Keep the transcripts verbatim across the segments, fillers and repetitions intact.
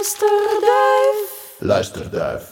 Luisterduif. Luisterduif.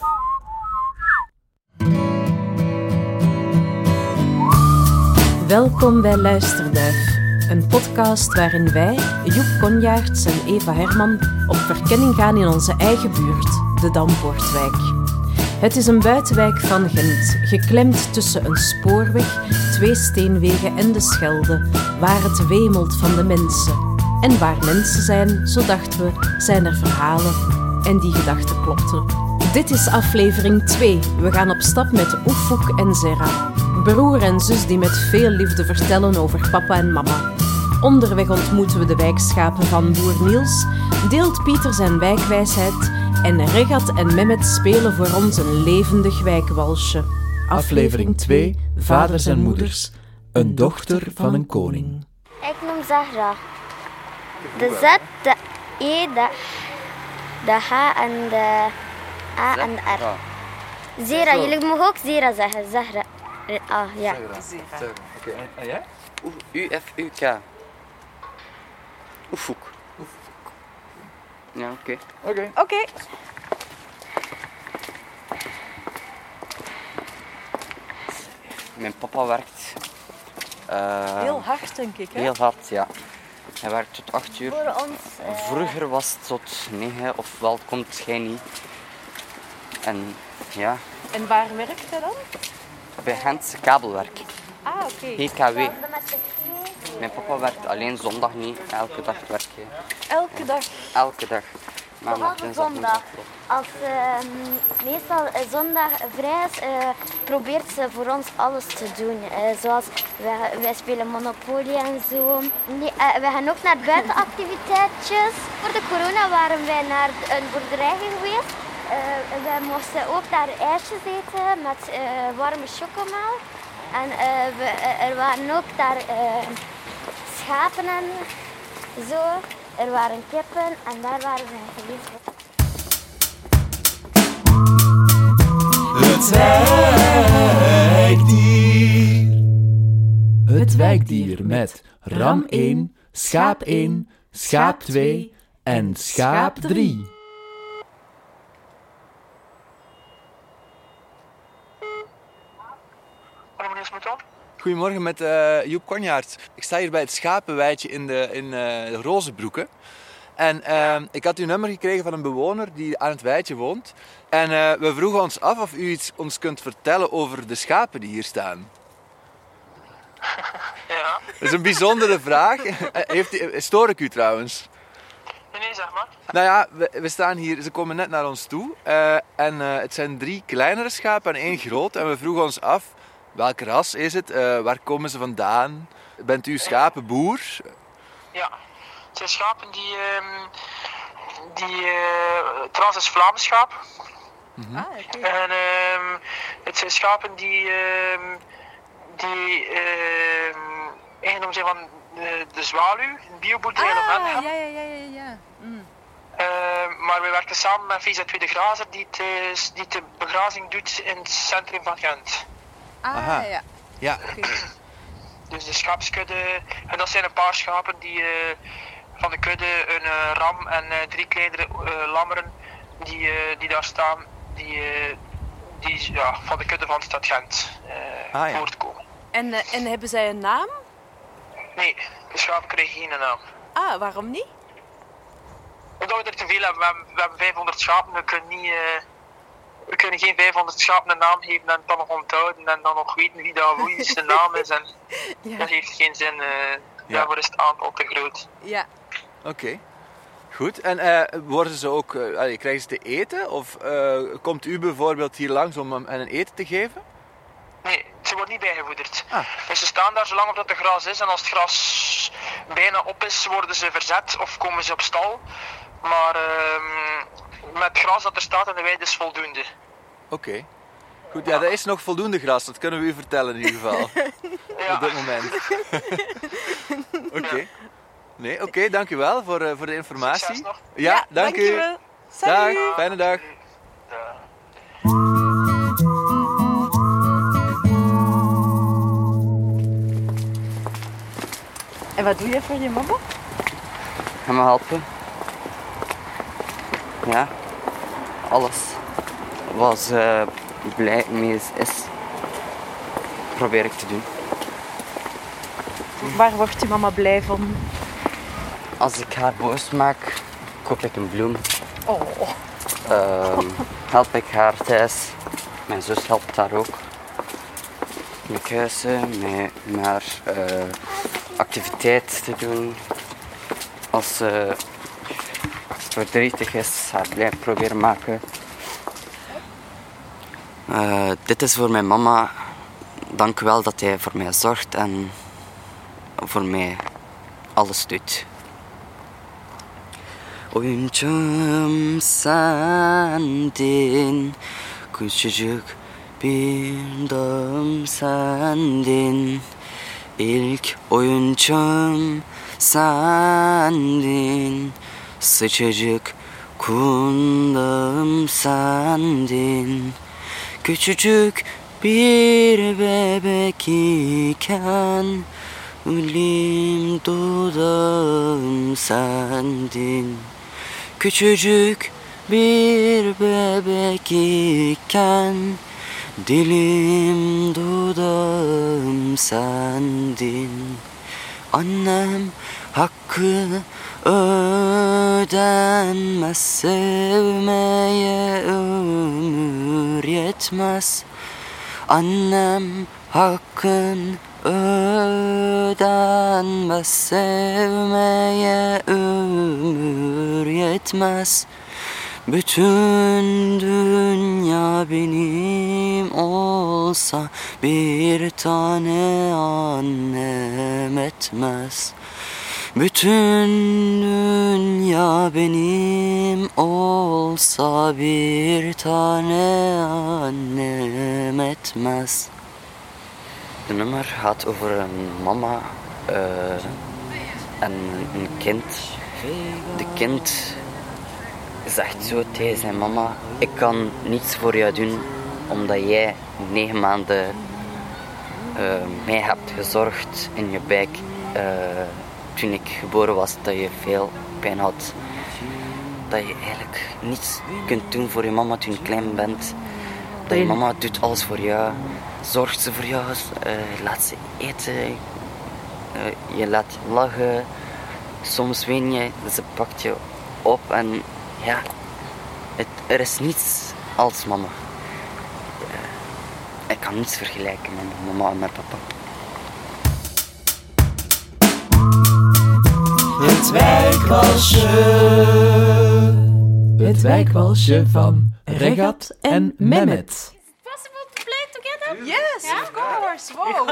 Welkom bij Luisterduif, een podcast waarin wij, Joep Konjaerts en Eva Herman, op verkenning gaan in onze eigen buurt, de Dampoortwijk. Het is een buitenwijk van Gent, geklemd tussen een spoorweg, twee steenwegen en de Schelde, waar het wemelt van de mensen. En waar mensen zijn, zo dachten we, zijn er verhalen. En die gedachten klopten. Dit is aflevering twee. We gaan op stap met Oefoek en Zera. Broer en zus die met veel liefde vertellen over papa en mama. Onderweg ontmoeten we de wijkschapen van boer Niels, deelt Pieter zijn wijkwijsheid en Regat en Mehmet spelen voor ons een levendig wijkwalsje. Aflevering twee, Vaders en Moeders. Een dochter van een koning. Ik noem Zahra. De Z, de E, de, de H en de A en de R. Zera, jullie mogen ook Zera zeggen. Zahra. Ah, ja. Zera. Oké, en jij? U F U K. Oefoek. Ja, oké. Oké. Oké. Mijn papa werkt... Uh, Heel hard, denk ik, hè? Heel hard, ja. Hij werkt tot acht uur. Voor ons. Uh... Vroeger was het tot negen, ofwel komt hij niet. En ja. En waar werkt hij dan? Bij Gentse kabelwerk. Ah, oké. G K W. Mijn papa werkt alleen zondag niet, elke dag werkt hij. Elke dag? Elke dag. Behalve zondag. Als uh, meestal uh, zondag vrij is, uh, probeert ze voor ons alles te doen. Uh, zoals wij, wij spelen Monopoly en zo. Nee, uh, wij gaan ook naar buitenactiviteitjes. Voor de corona waren wij naar een boerderij geweest. Uh, wij mochten ook daar ijsjes eten met uh, warme chocomel. En uh, we, uh, er waren ook daar uh, schapen en zo. Er waren kippen en daar waren we geweest. Het wijkdier. Het wijkdier met ram één, schaap één, schaap twee en schaap drie. Goedemorgen met uh, Joep Konjaerts. Ik sta hier bij het schapenweidje in de, in, uh, de Rozenbroeken. En uh, ik had uw nummer gekregen van een bewoner die aan het weidje woont. En uh, we vroegen ons af of u iets ons kunt vertellen over de schapen die hier staan. Ja. Dat is een bijzondere vraag. Heeft u, stoor ik u trouwens? Nee, nee, zeg maar. Nou ja, we, we staan hier, ze komen net naar ons toe. Uh, en uh, het zijn drie kleinere schapen en één groot. En we vroegen ons af, welke ras is het? Uh, waar komen ze vandaan? Bent u schapenboer? Ja, het zijn schapen die... Um, die uh, trans is Vlaams schaap. Mm-hmm. Ah, oké. En um, het zijn schapen die... Um, die um, eigendom zijn van de, de zwaluw, een bioboerderij in Ah, Venhem. ja, ja, ja, ja, ja. Mm. Uh, maar we werken samen met V Z twee de Grazer, die, te, die de begrazing doet in het centrum van Gent. Ah, Aha. ja. Ja. Okay. Dus de schaapskudde, en dat zijn een paar schapen die uh, van de kudde, een uh, ram en uh, drie kleinere uh, lammeren die, uh, die daar staan, die, uh, die ja, van de kudde van Stad Gent uh, Ah, ja. voortkomen. En, uh, en hebben zij een naam? Nee, de schapen krijgen geen naam. Ah, waarom niet? Omdat we er te veel hebben, we hebben, we hebben vijfhonderd schapen, we kunnen niet... Uh, We kunnen geen vijfhonderd schapen een naam geven en dan nog onthouden en dan nog weten wie dat wie zijn naam is. En Ja. dat heeft geen zin. Uh, Ja. Daarvoor is het aantal te groot. Ja. Oké. Okay. Goed. En uh, worden ze ook... Uh, allee, krijgen ze te eten? Of uh, komt u bijvoorbeeld hier langs om hen een eten te geven? Nee, ze worden niet bijgevoederd. Ah. Dus ze staan daar zolang dat er gras is en als het gras bijna op is, worden ze verzet of komen ze op stal. Maar uh, met gras dat er staat in de weide is voldoende. Oké. Okay. Goed, ja, er is nog voldoende gras, dat kunnen we u vertellen in ieder geval. Ja. Op dit moment. Oké. Okay. Nee, oké, okay, dank u wel voor, uh, voor de informatie. Succes nog. Ja, Ja, dank u. dankjewel. Dag, Salut. fijne dag. Ja. En wat doe je voor je mama? Ga me helpen. ja, alles wat ze blij mee is, probeer ik te doen. Waar wordt je mama blij van? Als ik haar boos maak, koop ik een bloem. Oh. Uh, help ik haar thuis. Mijn zus helpt haar ook. Met kuisen, met, met haar uh, activiteit te doen. Als ze verdrietig is, haar blij proberen maken. Uh, dit is voor mijn mama. Dank u wel dat hij voor mij zorgt en voor mij alles doet. Oyuncağım sendin, küçücük bir dağım sendin. İlk oyuncağım sendin, sıcacık kundağım sendin. Küçücük bir bebek iken ölüm dudağım sendin. Küçücük bir bebek iken dilim dudağım sendin. Annem hakkı ödenmez, sevmeye ömür yetmez. Annem hakkın ödenmez, sevmeye ömür yetmez. Bütün dünya benim olsa bir tane annem etmez. Bütün dünya benim olsa bir tane annem etmez. De nummer gaat over een mama uh, en een kind. De kind zegt zo tegen zijn mama: ik kan niets voor jou doen omdat jij negen maanden uh, mij hebt gezorgd in je buik. Uh, toen ik geboren was, dat je veel pijn had. Dat je eigenlijk niets kunt doen voor je mama toen je klein bent. Dat je mama doet alles voor jou. Zorgt ze voor jou, uh, laat ze eten, uh, je laat je lachen. Soms ween je, ze pakt je op en ja, het, er is niets als mama. Uh, ik kan niets vergelijken met mijn mama en mijn papa. Het wijkwalsje. Het wijkwalsje van Regat en Mehmet. Possible to play together? Yes, Yeah? of course. Wow.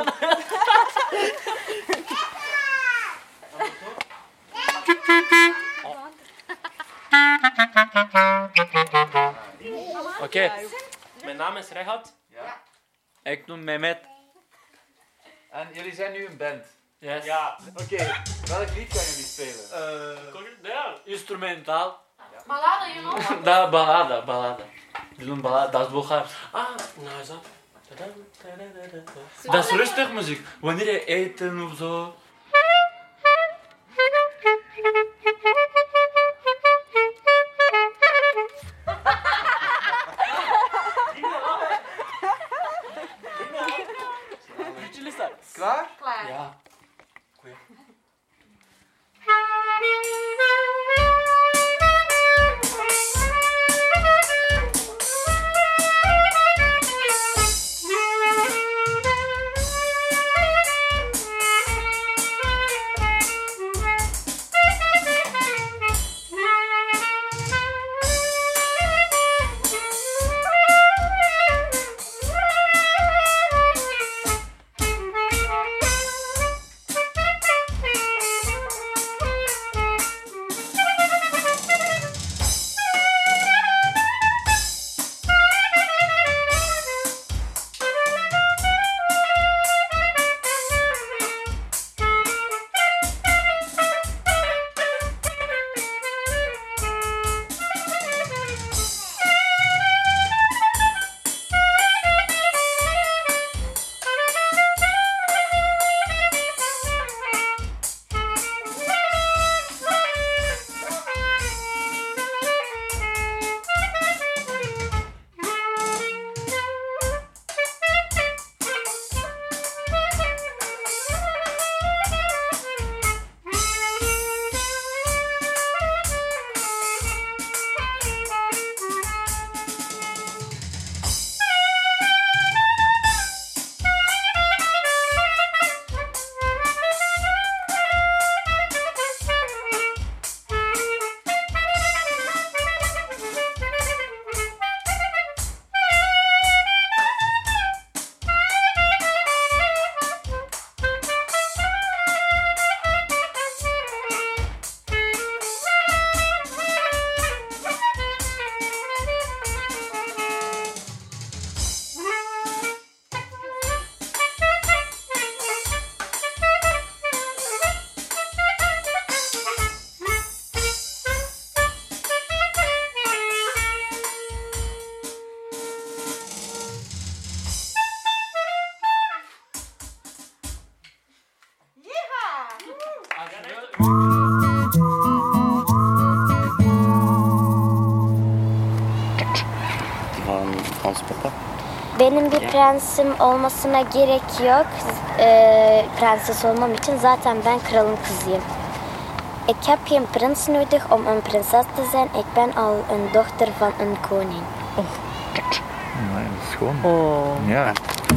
Oké, okay. Mijn naam is Regat. Ja. Ik noem Mehmet. En jullie zijn nu een band. Yes. Ja. Oké, okay. Welk lied gaan jullie spelen? Uh, ja, instrumentaal. Ja. Ballade, you know? Da, ballada, ballada. Die doen ballada, dat is Bulgaars. Ah, nou is dat. Dat is rustig muziek. Wanneer je eten of zo. Klaar? Klaar. Ja. Goeie. ons papa. Benim bir Ja. prensim olmasına gerek yok. Ee, prenses olmam için zaten ben kralın kızıyım. Ik heb geen prins nodig om een prinses te zijn. Ik ben al een dochter van een koning. Nee, dat is gewoon... Oh. Ja.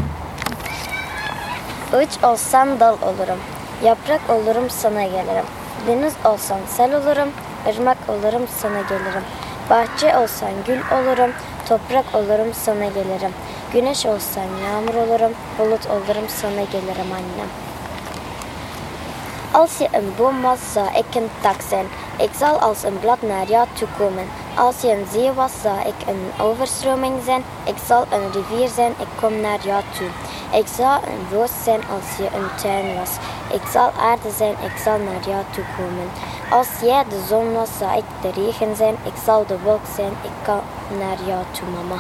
Uç olsam dal olurum. Yaprak olurum sana gelirim. Deniz olsan sel olurum. Irmak olurum sana gelirim. Bahçe olsan gül olurum. Toprak olurum sana gelirim. Güneş olsan yağmur olurum. Bulut olurum sana gelirim annem. Als je een boom was, zou ik een tak zijn. Ik zal als een blad naar jou toe komen. Als je een zee was, zou ik een overstroming zijn. Ik zal een rivier zijn, ik kom naar jou toe. Ik zou een roos zijn als je een tuin was. Ik zal aarde zijn, ik zal naar jou toe komen. Als jij de zon was, zou ik de regen zijn. Ik zal de wolk zijn, ik kan naar jou toe, mama.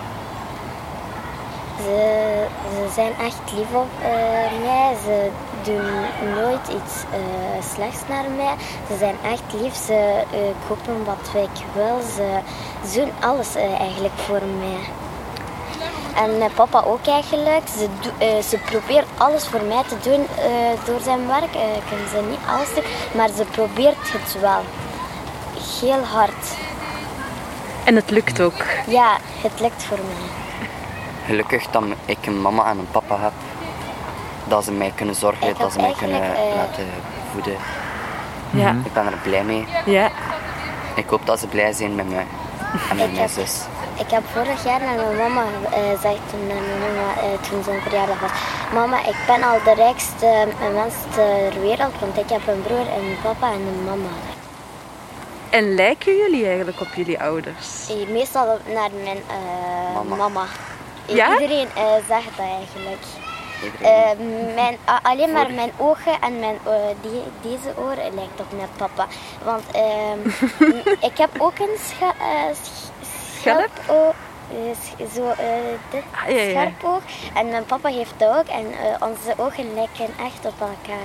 Ze, ze zijn echt lief op uh, mij. Ze doen nooit iets uh, slechts naar mij. Ze zijn echt lief. Ze uh, kopen wat ik wil. Ze, ze doen alles uh, eigenlijk voor mij. En uh, papa ook eigenlijk. Ze, do, uh, ze probeert alles voor mij te doen uh, door zijn werk. Uh, kunnen ze niet alles doen, maar ze probeert het wel. Heel hard. En het lukt ook. Ja, het lukt voor mij. Gelukkig dat ik een mama en een papa heb. Dat ze mij kunnen zorgen, Ik dat ze heb mij kunnen eigenlijk, uh, laten voeden. Ja. Ik ben er blij mee. Ja. Ik hoop dat ze blij zijn met mij en met Ik mijn heb- zus. Ik heb vorig jaar naar mijn mama gezegd uh, toen mijn mama uh, toen zijn verjaardag was. Mama, ik ben al de rijkste uh, mens ter wereld, want ik heb een broer, een papa en een mama. En lijken jullie eigenlijk op jullie ouders? Eh, Meestal naar mijn uh, Mama. mama. I- Ja? Iedereen uh, zegt dat eigenlijk. Iedereen. Uh, mijn, a- alleen maar Voor- mijn ogen en mijn, uh, die, deze oren lijkt op mijn papa. Want uh, ik heb ook een scha- uh, sch- Schelp? schelpoog. Uh, sch- zo, uh, dit Ah, ja, ja. scherpoog. En mijn papa heeft dat ook. En uh, onze ogen lijken echt op elkaar.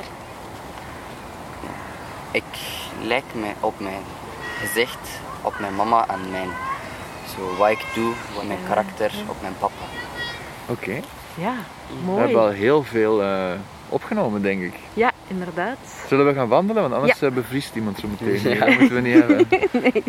Ik lijk me op mijn gezicht, op mijn mama en mijn, zo, wat ik doe, wat mijn karakter, op mijn papa. Oké. Ja, We mooi. hebben al heel veel uh, opgenomen, denk ik. Ja, inderdaad. Zullen we gaan wandelen? Want anders Ja. uh, bevriest iemand zo meteen. Nee, dat moeten we niet hebben. Nee.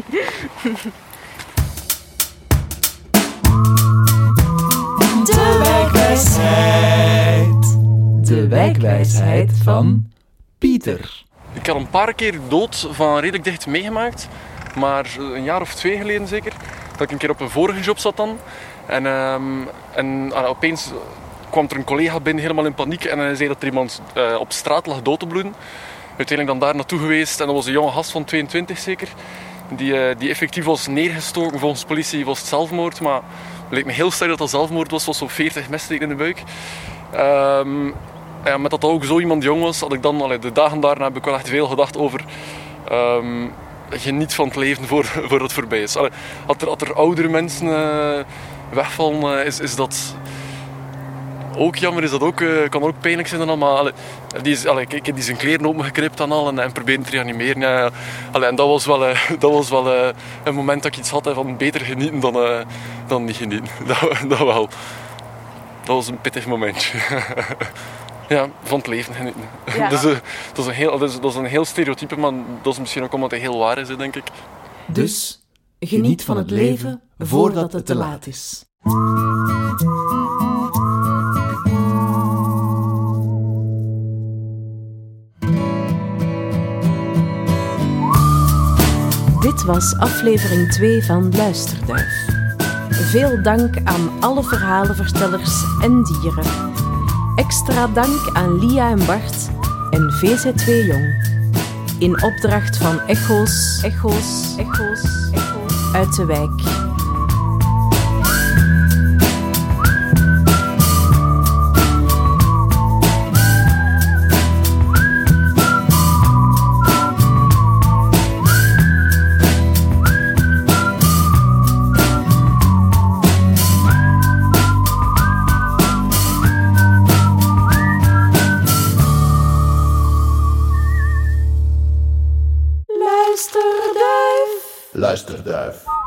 De wijkwijsheid. De wijkwijsheid van Pieter. Ik had een paar keer dood van redelijk dicht meegemaakt. Maar een jaar of twee geleden zeker. Dat ik een keer op een vorige job zat dan. En, um, en uh, opeens kwam er een collega binnen helemaal in paniek. En hij zei dat er iemand uh, op straat lag dood te bloeden. Uiteindelijk dan daar naartoe geweest. En dat was een jonge gast van tweeëntwintig zeker. Die, uh, die effectief was neergestoken. Volgens de politie was het zelfmoord. Maar het leek me heel sterk dat dat zelfmoord was. Het was zo'n veertig messteken in de buik. Um, Ja, met dat ook zo iemand jong was, had ik dan, allee, de dagen daarna heb ik wel echt veel gedacht over um, geniet van het leven voor, voor het voorbij is. Allee, als, er, als er oudere mensen uh, wegvallen, uh, is, is dat ook jammer, is dat ook, uh, kan ook pijnlijk zijn en al, maar allee, die, is, allee, ik heb die zijn kleren opengeknipt en al en, en proberen te reanimeren. Ja, ja. Allee, en dat was wel, uh, dat was wel uh, een moment dat ik iets had hè, van beter genieten dan, uh, dan niet genieten. Dat, dat wel. Dat was een pittig momentje. Ja, van het leven genieten. Ja. Dus, uh, dat, is een heel, dat, is, dat is een heel stereotype, maar dat is misschien ook omdat het heel waar is, denk ik. Dus geniet van het leven voordat het te laat is. Dit was aflevering twee van Luisterduif. Veel dank aan alle verhalenvertellers en dieren. Extra dank aan Lia en Bart en V Z twee Jong. In opdracht van Echo's, Echo's, Echo's, Echo's uit de wijk. Luisterduif.